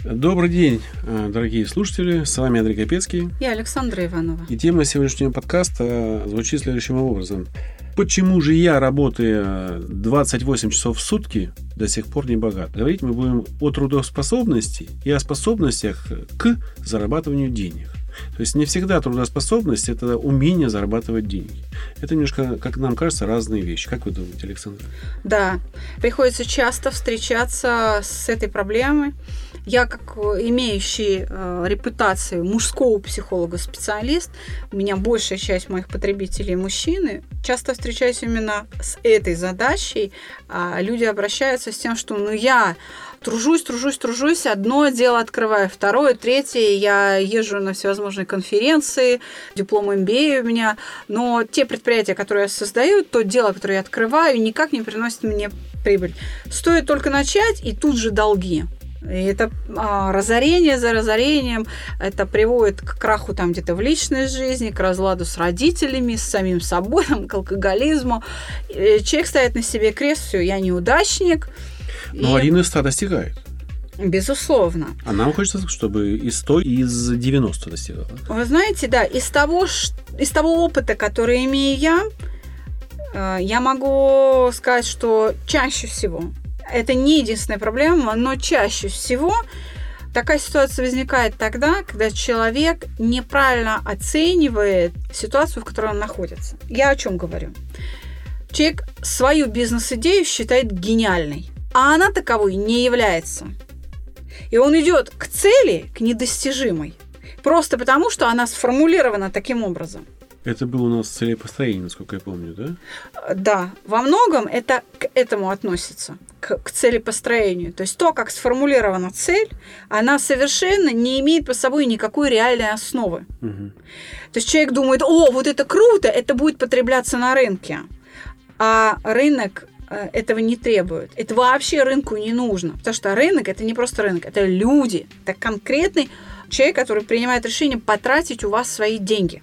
Добрый день, дорогие слушатели. С вами Андрей Капецкий и Александра Иванова. И тема сегодняшнего подкаста звучит следующим образом. Почему же я, работая 28 часов в сутки, до сих пор не богат? Говорить мы будем о трудоспособности и о способностях к зарабатыванию денег. То есть не всегда трудоспособность – это умение зарабатывать деньги. Это немножко, как нам кажется, разные вещи. Как вы думаете, Александра? Да, приходится часто встречаться с этой проблемой. Я, как имеющий репутацию мужского психолога-специалист, у меня большая часть моих потребителей мужчины, часто встречаюсь именно с этой задачей. Люди обращаются с тем, что я тружусь, одно дело открываю, второе, третье, я езжу на всевозможные конференции, диплом MBA у меня, но те предприятия, которые я создаю, то дело, которое я открываю, никак не приносит мне прибыль. Стоит только начать, и тут же долги. И это разорение за разорением, это приводит к краху там где-то в личной жизни, к разладу с родителями, с самим собой, к алкоголизму. Человек ставит на себе крест, все, я неудачник. Но 1 из 100 достигает. Безусловно. А нам хочется, чтобы из 100 из 90 достигало. Вы знаете, да, из того опыта, который имею я могу сказать, что чаще всего, это не единственная проблема, но чаще всего такая ситуация возникает тогда, когда человек неправильно оценивает ситуацию, в которой он находится. Я о чем говорю? Человек свою бизнес-идею считает гениальной, а она таковой не является. И он идет к цели, к недостижимой, просто потому, что она сформулирована таким образом. Это было у нас целепостроение, насколько я помню, да? Да, во многом это к этому относится, к целепостроению. То есть то, как сформулирована цель, она совершенно не имеет под собой никакой реальной основы. Угу. То есть человек думает, вот это круто, это будет потребляться на рынке. А рынок этого не требует. Это вообще рынку не нужно. Потому что рынок – это не просто рынок, это люди. Это конкретный человек, который принимает решение потратить у вас свои деньги.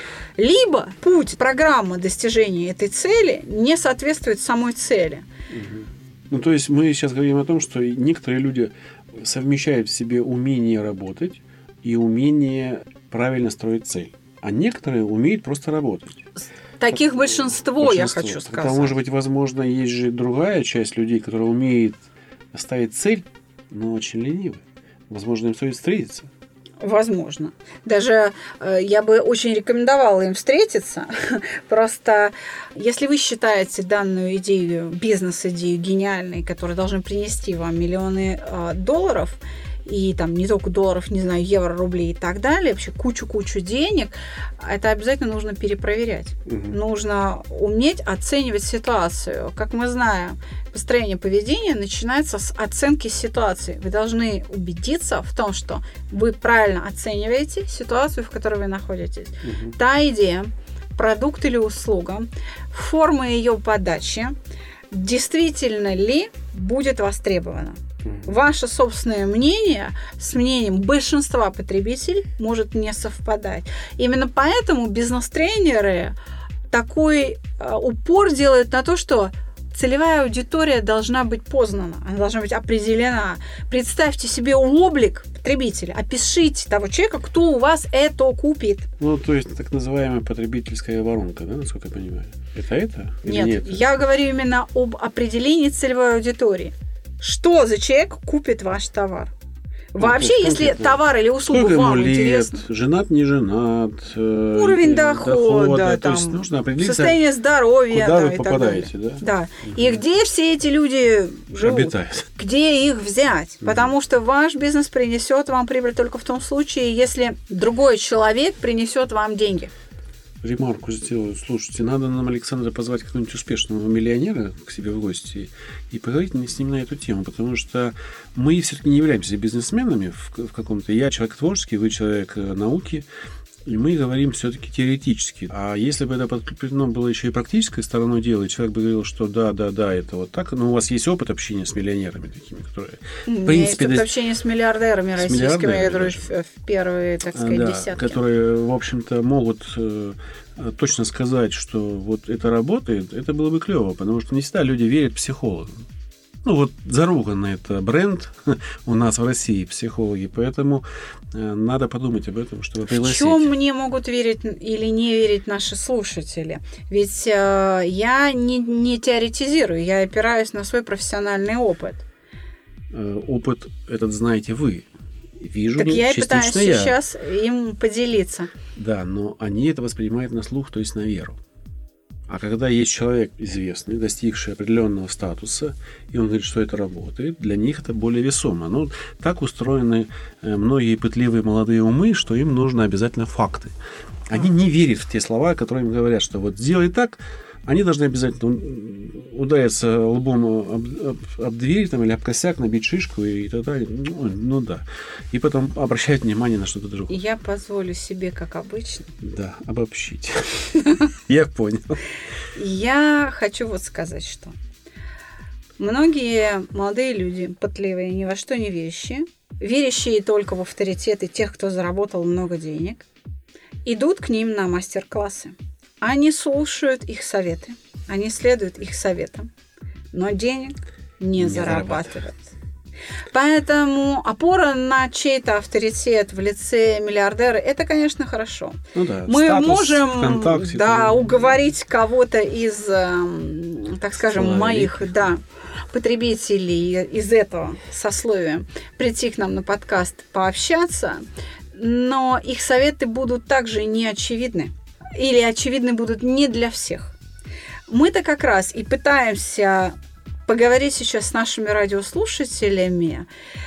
Либо путь, программа достижения этой цели не соответствует самой цели. Ну, то есть мы сейчас говорим о том, что некоторые люди совмещают в себе умение работать и умение правильно строить цель. А некоторые умеют просто работать. Таких большинство, я хочу сказать. Это может быть, возможно, есть же другая часть людей, которая умеет ставить цель, но очень ленивая. Возможно, им стоит встретиться. Возможно. Даже я бы очень рекомендовала им встретиться. Просто если вы считаете данную идею, бизнес-идею гениальной, которая должна принести вам миллионы долларов, и там не только долларов, не знаю, евро, рублей и так далее, вообще кучу денег, это обязательно нужно перепроверять. Нужно уметь оценивать ситуацию. Как мы знаем, построение поведения начинается с оценки ситуации. Вы должны убедиться в том, что вы правильно оцениваете ситуацию, в которой вы находитесь. Та идея, продукт или услуга, форма ее подачи, действительно ли будет востребована. Ваше собственное мнение с мнением большинства потребителей может не совпадать. Именно поэтому бизнес-тренеры такой упор делают на то, что целевая аудитория должна быть познана, она должна быть определена. Представьте себе облик потребителя, опишите того человека, кто у вас это купит. Ну, то есть так называемая потребительская воронка, да, насколько я понимаю? Это? Нет, я говорю именно об определении целевой аудитории. Что за человек купит ваш товар? Вообще, если товар или услуга сколько вам ему лет, интересна. женат, не женат, уровень дохода, то есть нужно определиться, состояние здоровья, куда вы и попадаете, так далее. Да. И где все эти люди живут? Обитают. Где их взять? Потому что ваш бизнес принесет вам прибыль только в том случае, если другой человек принесет вам деньги. Ремарку сделаю. Слушайте, надо нам, Александра, позвать какого-нибудь успешного миллионера к себе в гости и поговорить с ним на эту тему, потому что мы все-таки не являемся бизнесменами в каком-то. Я человек творческий, вы человек науки, и мы говорим все-таки теоретически. А если бы это подкреплено было еще и практической стороной дела, и человек бы говорил, что да, это вот так, но у вас есть опыт общения с миллионерами такими, которые... В принципе, есть опыт общения с миллиардерами российскими, которые в первые, так сказать, десятки. Которые, в общем-то, могут точно сказать, что вот это работает, это было бы клево, потому что не всегда люди верят психологам. вот заруганный это бренд у нас в России, психологи, поэтому надо подумать об этом, чтобы пригласить. В чем мне могут верить или не верить наши слушатели? Ведь я не теоретизирую, я опираюсь на свой профессиональный опыт. Опыт этот знаете вы. Вижу, так я и пытаюсь частично я. Сейчас им поделиться. Да, но они это воспринимают на слух, то есть на веру. А когда есть человек известный, достигший определенного статуса, и он говорит, что это работает, для них это более весомо. Ну, так устроены многие пытливые молодые умы, что им нужно обязательно факты. Они не верят в те слова, которые им говорят, что вот сделай так, они должны обязательно удариться лбом об дверь там, или об косяк, набить шишку и так далее. Ну да. И потом обращать внимание на что-то другое. Я позволю себе, как обычно. Да, обобщить. Я понял. Я хочу вот сказать, что многие молодые люди, пытливые, ни во что не верящие только в авторитеты тех, кто заработал много денег, идут к ним на мастер-классы. Они слушают их советы, они следуют их советам, но денег не зарабатывают. Поэтому опора на чей-то авторитет в лице миллиардера – это, конечно, хорошо. Ну да, мы можем ВКонтакте, уговорить кого-то из, так скажем, моих потребителей из этого сословия прийти к нам на подкаст, пообщаться, но их советы будут также неочевидны. Или очевидны будут не для всех. Мы-то как раз и пытаемся поговорить сейчас с нашими радиослушателями,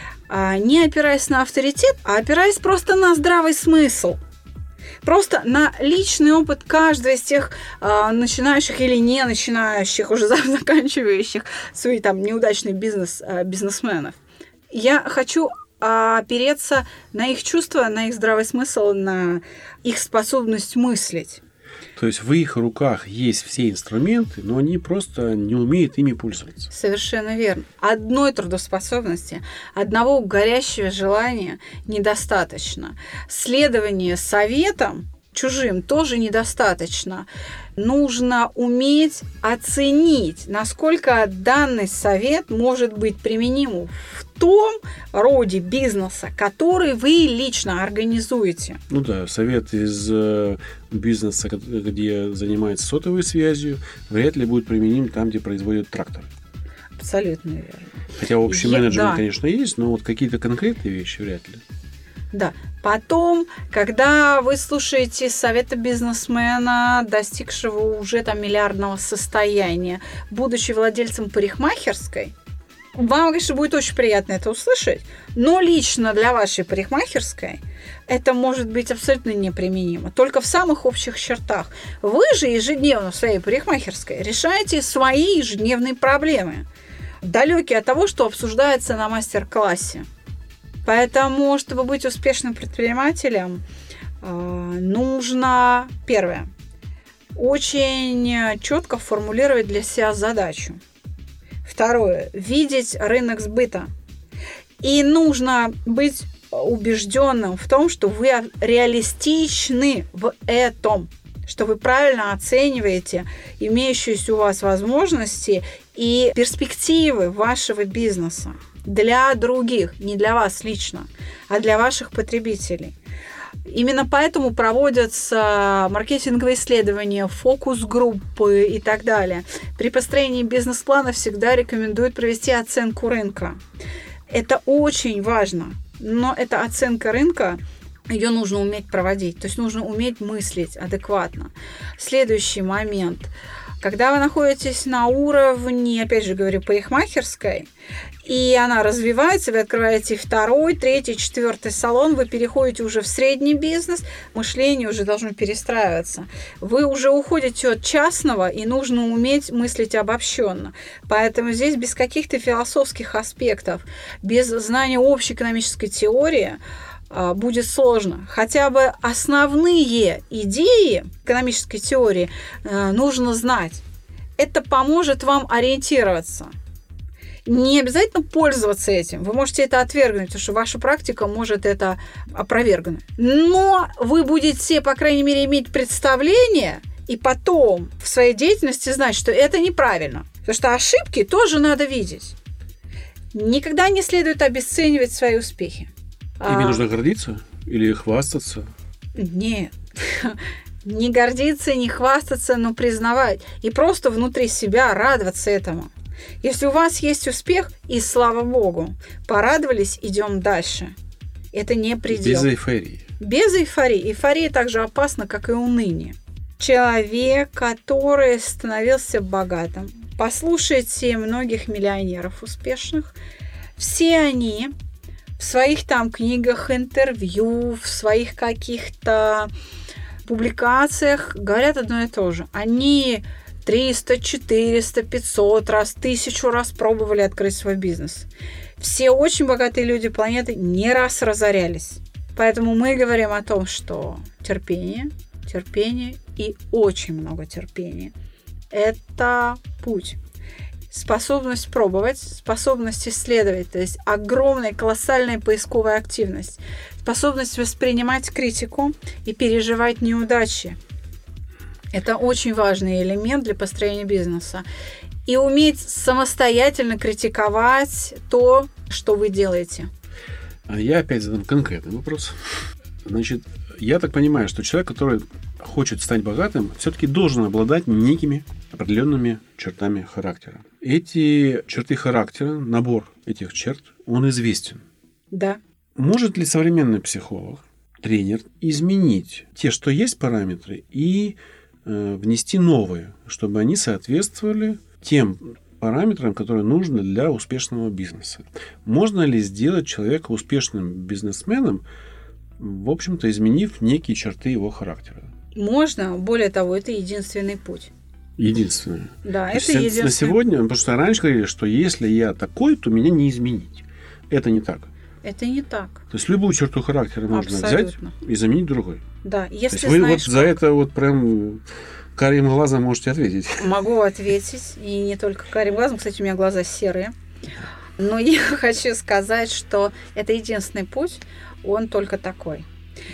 не опираясь на авторитет, а опираясь просто на здравый смысл. Просто на личный опыт каждого из тех начинающих или не начинающих, уже заканчивающих свои там неудачный бизнесменов. Я хочу опереться на их чувства, на их здравый смысл, на их способность мыслить. То есть в их руках есть все инструменты, но они просто не умеют ими пользоваться. Совершенно верно. Одной трудоспособности, одного горящего желания недостаточно. Следование советам чужим тоже недостаточно. Нужно уметь оценить, насколько данный совет может быть применим в том роде бизнеса, который вы лично организуете. Ну да, совет из бизнеса, где занимается сотовой связью, вряд ли будет применим там, где производят тракторы. Абсолютно верно. Хотя общий менеджмент, конечно, есть, но вот какие-то конкретные вещи вряд ли. Да. Потом, когда вы слушаете советы бизнесмена, достигшего уже там миллиардного состояния, будучи владельцем парикмахерской, вам, конечно, будет очень приятно это услышать, но лично для вашей парикмахерской это может быть абсолютно неприменимо. Только в самых общих чертах. Вы же ежедневно в своей парикмахерской решаете свои ежедневные проблемы, далекие от того, что обсуждается на мастер-классе. Поэтому, чтобы быть успешным предпринимателем, нужно, первое, очень четко формулировать для себя задачу. Второе, видеть рынок сбыта. И нужно быть убежденным в том, что вы реалистичны в этом, что вы правильно оцениваете имеющиеся у вас возможности и перспективы вашего бизнеса. Для других, не для вас лично, а для ваших потребителей. Именно поэтому проводятся маркетинговые исследования, фокус-группы и так далее. При построении бизнес-плана всегда рекомендуют провести оценку рынка. Это очень важно, но эта оценка рынка, ее нужно уметь проводить, то есть нужно уметь мыслить адекватно. Следующий момент. Когда вы находитесь на уровне, опять же говорю, парикмахерской, и она развивается, вы открываете второй, третий, четвертый салон, вы переходите уже в средний бизнес, мышление уже должно перестраиваться. Вы уже уходите от частного, и нужно уметь мыслить обобщенно. Поэтому здесь без каких-то философских аспектов, без знания общей экономической теории будет сложно. Хотя бы основные идеи экономической теории нужно знать. Это поможет вам ориентироваться. Не обязательно пользоваться этим. Вы можете это отвергнуть, потому что ваша практика может это опровергнуть. Но вы будете, по крайней мере, иметь представление и потом в своей деятельности знать, что это неправильно. Потому что ошибки тоже надо видеть. Никогда не следует обесценивать свои успехи. Ими нужно гордиться или хвастаться? Нет. Не гордиться, не хвастаться, но признавать. И просто внутри себя радоваться этому. Если у вас есть успех, и слава богу, порадовались, идем дальше. Это не предел. Без эйфории. Без эйфории. Эйфория так же опасна, как и уныние. Человек, который становился богатым. Послушайте многих миллионеров успешных. Все они в своих там книгах, интервью, в своих каких-то публикациях говорят одно и то же. Они 300, 400, 500 раз, 1000 раз пробовали открыть свой бизнес. Все очень богатые люди планеты не раз разорялись. Поэтому мы говорим о том, что терпение и очень много терпения – это путь. Способность пробовать, способность исследовать, то есть огромная, колоссальная поисковая активность, способность воспринимать критику и переживать неудачи. Это очень важный элемент для построения бизнеса. И уметь самостоятельно критиковать то, что вы делаете. Я опять задам конкретный вопрос. Значит, я так понимаю, что человек, который хочет стать богатым, все-таки должен обладать некими определенными чертами характера. Эти черты характера, набор этих черт, он известен. Да. Может ли современный психолог, тренер изменить те, что есть параметры, и внести новые, чтобы они соответствовали тем параметрам, которые нужны для успешного бизнеса? Можно ли сделать человека успешным бизнесменом, в общем-то, изменив некие черты его характера? Можно. Более того, это единственный путь. Единственное. Да, то это есть единственное. На сегодня, потому что раньше говорили, что если я такой, то меня не изменить. Это не так. Это не так. То есть любую черту характера можно Абсолютно. взять и заменить другой. Да, То если есть вы знаешь, вот за это вот прям карим глазом можете ответить. могу ответить, и не только карим глазом, кстати, у меня глаза серые. Но я хочу сказать, что это единственный путь, он только такой.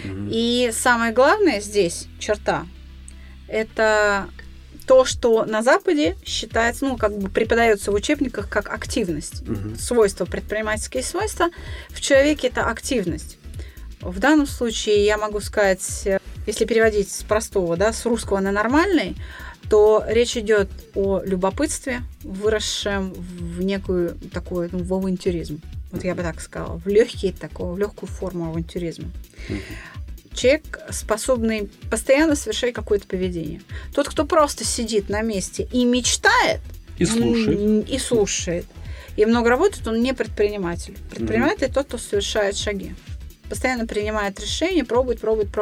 И самое главное здесь черта – это то, что на Западе считается, преподается в учебниках как активность. Свойства, предпринимательские свойства в человеке – это активность. В данном случае я могу сказать, если переводить с простого, с русского на нормальный, то речь идет о любопытстве, выросшем в некую такую, в авантюризм. Вот я бы так сказала, в легкую форму авантюризма. Человек, способный постоянно совершать какое-то поведение. Тот, кто просто сидит на месте и мечтает, и слушает, и много работает, он не предприниматель. Предприниматель тот, кто совершает шаги. Постоянно принимает решения, пробует.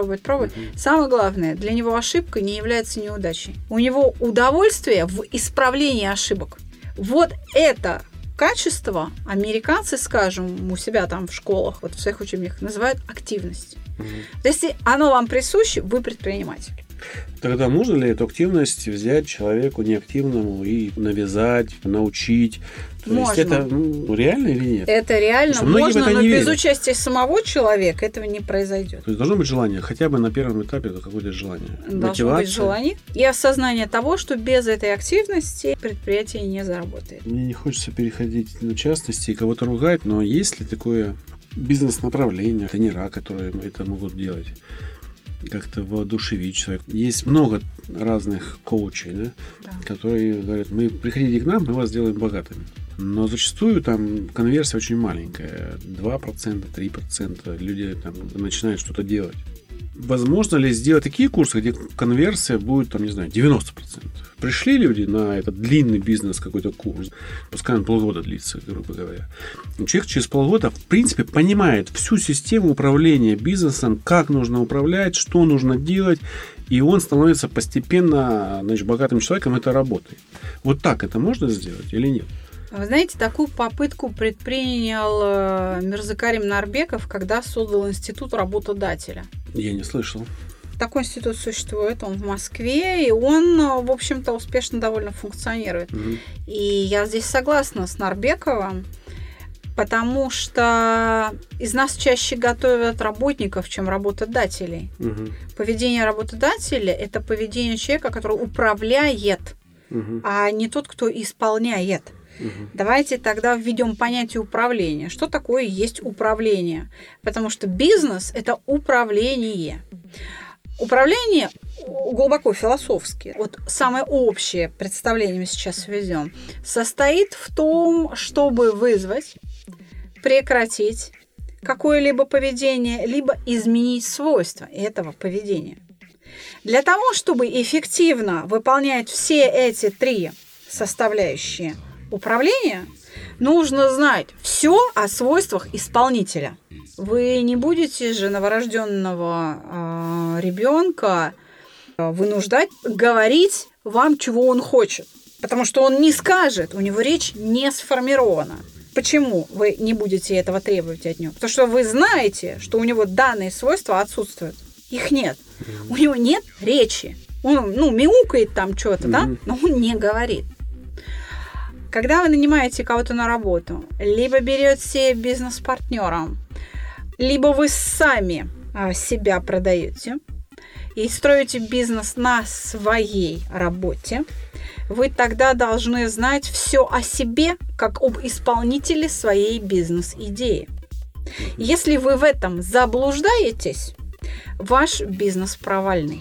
Самое главное, для него ошибка не является неудачей. У него удовольствие в исправлении ошибок. Вот это качество американцы, скажем, у себя там в школах, вот в своих учебниках называют активность. Если оно вам присуще, вы предприниматель. Тогда можно ли эту активность взять человеку неактивному и навязать, научить? Можно. То есть это реально или нет? Это реально можно, но без участия самого человека этого не произойдет. То есть должно быть желание, хотя бы на первом этапе какое-то желание. Должно быть желание и осознание того, что без этой активности предприятие не заработает. Мне не хочется переходить на частности и кого-то ругать, но есть ли такое бизнес-направление, тренера, которые это могут делать? Как-то воодушевить человека. Есть много разных коучей, которые говорят, приходите к нам, мы вас сделаем богатыми. Но зачастую там конверсия очень маленькая. 2%, 3% люди там начинают что-то делать. Возможно ли сделать такие курсы, где конверсия будет, 90%? Пришли люди на этот длинный бизнес, какой-то курс, пускай он полгода длится, грубо говоря. Человек через полгода, в принципе, понимает всю систему управления бизнесом, как нужно управлять, что нужно делать, и он становится постепенно, богатым человеком, это работает. Вот так это можно сделать или нет? Вы знаете, такую попытку предпринял Мирзакарим Нарбеков, когда создал институт работодателя. Я не слышал. Такой институт существует, он в Москве, и он, в общем-то, успешно довольно функционирует. И я здесь согласна с Нарбековым, потому что из нас чаще готовят работников, чем работодателей. Поведение работодателя – это поведение человека, который управляет, а не тот, кто исполняет. Давайте тогда введем понятие управления. Что такое есть управление? Потому что бизнес – это управление. Управление глубоко философски, вот самое общее представление мы сейчас введем, состоит в том, чтобы вызвать, прекратить какое-либо поведение, либо изменить свойства этого поведения. Для того, чтобы эффективно выполнять все эти три составляющие управления, нужно знать все о свойствах исполнителя. Вы не будете же новорожденного ребенка вынуждать говорить вам, чего он хочет, потому что он не скажет, у него речь не сформирована. Почему вы не будете этого требовать от него? Потому что вы знаете, что у него данные свойства отсутствуют. Их нет. У него нет речи. Он, мяукает там что-то, да, но он не говорит. Когда вы нанимаете кого-то на работу, либо берете бизнес-партнером, либо вы сами себя продаете и строите бизнес на своей работе, вы тогда должны знать все о себе, как об исполнителе своей бизнес-идеи. Если вы в этом заблуждаетесь, ваш бизнес провальный.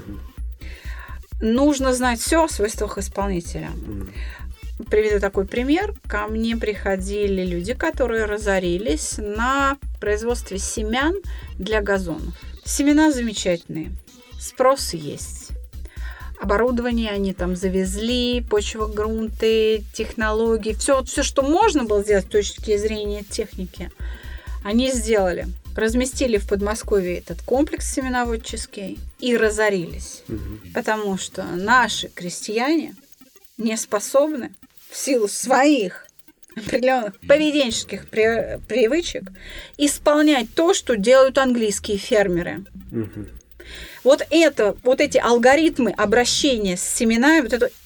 Нужно знать все о свойствах исполнителя. Приведу такой пример. Ко мне приходили люди, которые разорились на производстве семян для газонов. Семена замечательные, спрос есть. Оборудование они там завезли, почвогрунты, технологии, все, что можно было сделать с точки зрения техники, они сделали. Разместили в Подмосковье этот комплекс семеноводческий и разорились. Потому что наши крестьяне не способны в силу своих определенных поведенческих привычек исполнять то, что делают английские фермеры. Вот эти алгоритмы обращения с семенами, вот эту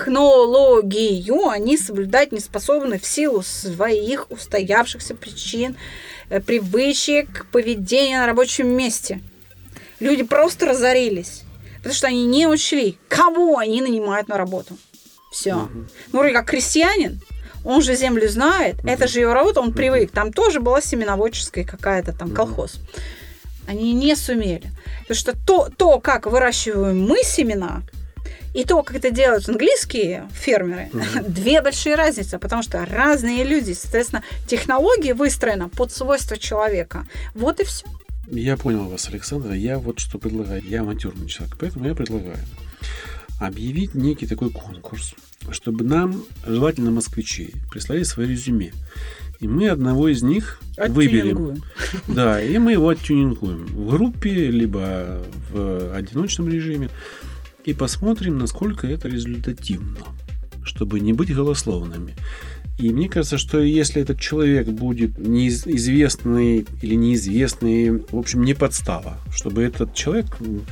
технологию они соблюдать не способны в силу своих устоявшихся причин, привычек, поведения на рабочем месте. Люди просто разорились, потому что они не учли, кого они нанимают на работу. Все. Вроде как крестьянин, он же землю знает, это же его работа, он привык. Там тоже была семеноводческая какая-то там колхоз. Они не сумели. Потому что то, как выращиваем мы семена, и то, как это делают английские фермеры, две большие разницы, потому что разные люди, соответственно, технология выстроена под свойства человека. Вот и все. Я понял вас, Александра. Я вот что предлагаю. Я авантюрный человек, поэтому я предлагаю объявить некий такой конкурс, чтобы нам, желательно москвичи, прислали свои резюме. И мы одного из них выберем. Да, и мы его оттюнингуем в группе, либо в одиночном режиме. И посмотрим, насколько это результативно, чтобы не быть голословными. И мне кажется, что если этот человек будет неизвестный или неизвестный, в общем, не подстава, чтобы этот человек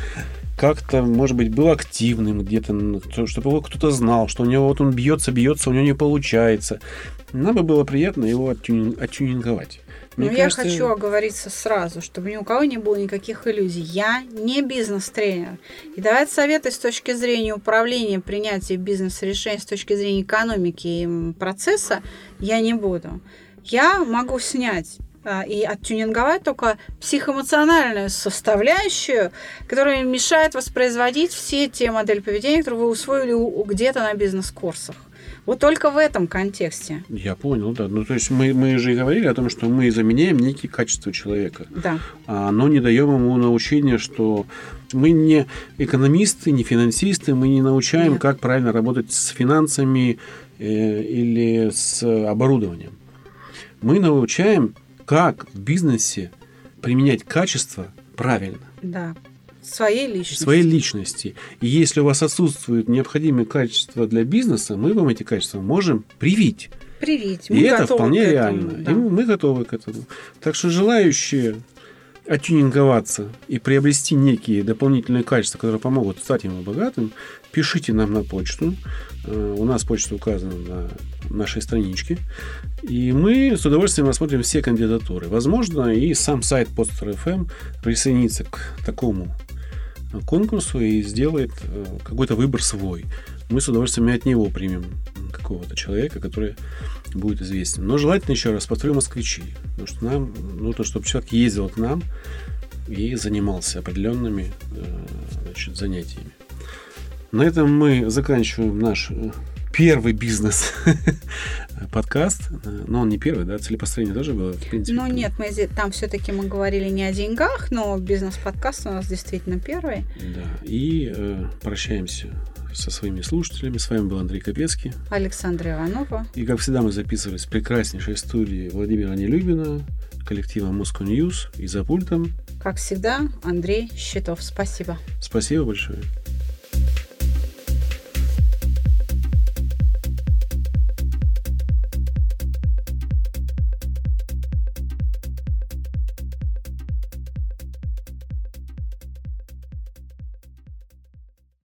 как-то, может быть, был активным где-то, чтобы его кто-то знал, что у него вот он бьется, у него не получается. Нам бы было приятно его оттюнинговать. Я хочу оговориться сразу, чтобы ни у кого не было никаких иллюзий. Я не бизнес-тренер. И давать советы с точки зрения управления, принятия бизнес-решений, с точки зрения экономики и процесса я не буду. Я могу снять и оттюнинговать только психоэмоциональную составляющую, которая мешает воспроизводить все те модели поведения, которые вы усвоили где-то на бизнес-курсах. Вот только в этом контексте. Я понял, да. То есть мы же и говорили о том, что мы заменяем некие качества человека. Да. Но не даем ему научения, что мы не экономисты, не финансисты, мы не научаем, как правильно работать с финансами или с оборудованием. Мы научаем, как в бизнесе применять качества правильно. Да. Своей личности. И если у вас отсутствуют необходимые качества для бизнеса, мы вам эти качества можем привить. Мы это вполне реально. Да. И мы готовы к этому. Так что желающие оттюнинговаться и приобрести некие дополнительные качества, которые помогут стать ему богатым, пишите нам на почту. У нас почта указана на нашей страничке. И мы с удовольствием рассмотрим все кандидатуры. Возможно, и сам сайт Podster.fm присоединится к такому конкурсу и сделает какой-то выбор свой. мы с удовольствием и от него примем какого-то человека, который будет известен. Но желательно, еще раз повторю, москвичи. Потому что нам нужно, чтобы человек ездил к нам и занимался определенными занятиями. На этом мы заканчиваем наш первый бизнес-подкаст. Но он не первый, да? Целепостроение тоже было, в принципе. Ну, нет, там все-таки мы говорили не о деньгах, но бизнес-подкаст у нас действительно первый. Да, и прощаемся со своими слушателями. С вами был Андрей Капецкий. Александра Иванова. И, как всегда, мы записывались в прекраснейшей студии Владимира Нелюбина, коллектива Moscow News, и за пультом, как всегда, Андрей Щитов. Спасибо. Спасибо большое.